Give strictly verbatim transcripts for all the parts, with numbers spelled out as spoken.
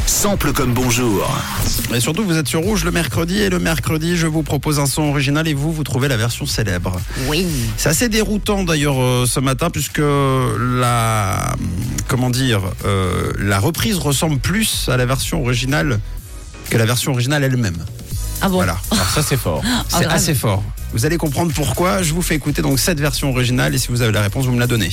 Sample comme bonjour. Et surtout, vous êtes sur Rouge le mercredi, et le mercredi, je vous propose un son original et vous, vous trouvez la version célèbre. Oui. C'est assez déroutant d'ailleurs euh, ce matin, puisque la, comment dire, euh, la reprise ressemble plus à la version originale que la version originale elle-même. Ah bon? Voilà. Alors ça c'est fort. C'est grave. assez fort. Vous allez comprendre pourquoi. Je vous fais écouter donc cette version originale, et si vous avez la réponse, vous me la donnez.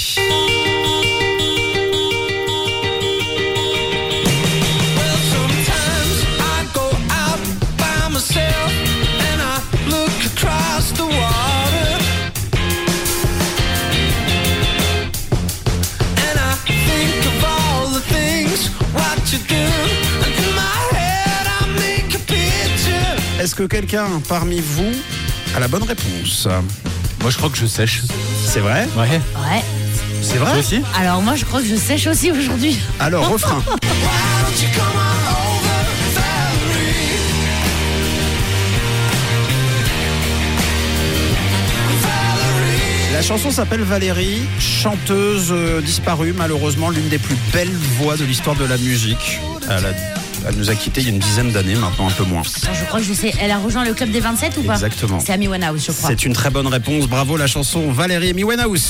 Est-ce que quelqu'un parmi vous a la bonne réponse? Moi je crois que je sèche. C'est vrai? Ouais. Ouais. C'est vrai? Toi aussi? Alors moi je crois que je sèche aussi aujourd'hui. Alors, refrain. La chanson s'appelle Valérie, chanteuse euh, disparue, malheureusement l'une des plus belles voix de l'histoire de la musique. Elle, a, elle nous a quittés il y a une dizaine d'années, maintenant un peu moins. Attends, je crois que je sais. Elle a rejoint le club des vingt-sept ou pas? Exactement. C'est Amy Winehouse, je crois. C'est une très bonne réponse, bravo. La chanson Valérie, Amy Winehouse.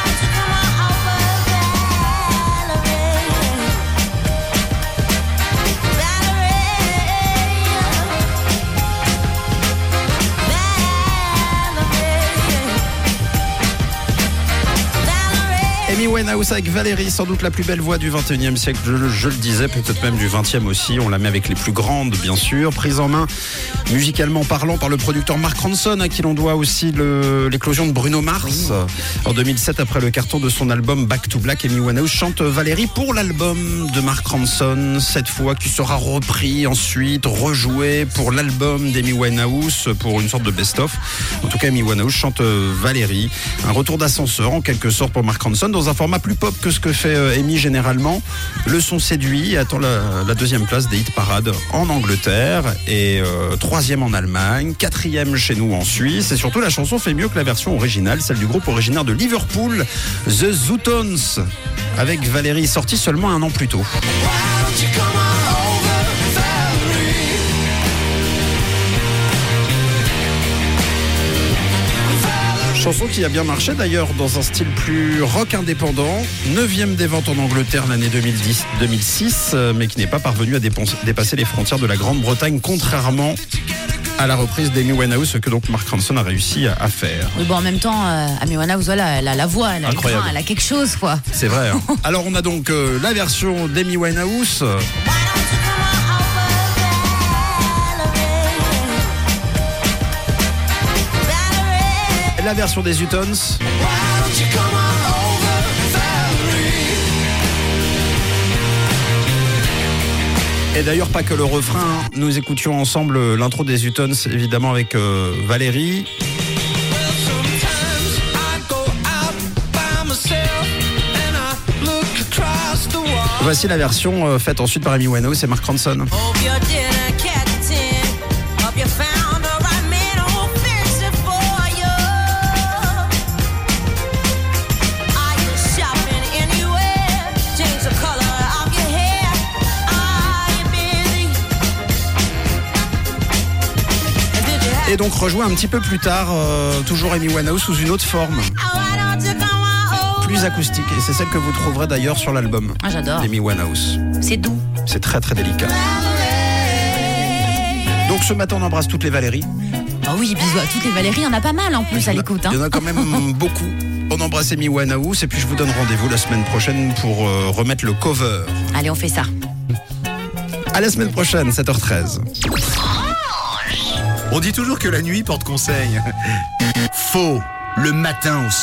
Amy Winehouse avec Valérie, sans doute la plus belle voix du vingt et unième siècle, je, je le disais, peut-être même du vingtième aussi. On la met avec les plus grandes, bien sûr. Prise en main, musicalement parlant, par le producteur Mark Ronson, à qui l'on doit aussi le, l'éclosion de Bruno Mars. En deux mille sept, après le carton de son album Back to Black, Amy Winehouse chante Valérie pour l'album de Mark Ronson, cette fois qui sera repris ensuite, rejoué pour l'album d'Amy Winehouse, pour une sorte de best-of. En tout cas, Amy Winehouse chante Valérie. Un retour d'ascenseur, en quelque sorte, pour Mark Ronson, dans un format plus pop que ce que fait euh, Amy généralement. Le son séduit et attend la, la deuxième place des hit parades en Angleterre, et euh, troisième en Allemagne, quatrième chez nous en Suisse, et surtout la chanson fait mieux que la version originale, celle du groupe originaire de Liverpool, The Zootones, avec Valérie, sortie seulement un an plus tôt. Chanson qui a bien marché d'ailleurs dans un style plus rock indépendant, neuvième des ventes en Angleterre l'année deux mille dix deux mille six, mais qui n'est pas parvenu à dépenser, dépasser les frontières de la Grande-Bretagne, contrairement à la reprise d'Amy Winehouse, ce que donc Mark Ronson a réussi à, à faire. Oui, bon, en même temps, euh, Amy Winehouse, voilà, elle a la voix, elle a, le Incroyable. grain, elle a quelque chose, quoi. C'est vrai. Hein. Alors on a donc euh, la version d'Amy Winehouse. La version des Zootones. Et d'ailleurs, pas que le refrain. Nous écoutions ensemble l'intro des Zootones, évidemment avec euh, Valérie. Voici la version euh, faite ensuite par Amy Winehouse et Mark Ronson. Et donc rejoué un petit peu plus tard, euh, toujours Amy Winehouse sous une autre forme, plus acoustique. Et c'est celle que vous trouverez d'ailleurs sur l'album Ah, j'adore. d'Amy Winehouse. C'est doux. C'est très très délicat. Donc ce matin on embrasse toutes les Valéries. Ah oui, bisous à toutes les Valéries, il y en a pas mal en plus à l'écoute. Hein. Il y en a quand même beaucoup. On embrasse Amy Winehouse, et puis je vous donne rendez-vous la semaine prochaine pour euh, remettre le cover. Allez, on fait ça. À la semaine prochaine, sept heures treize. On dit toujours que la nuit porte conseil. Faux. Le matin aussi.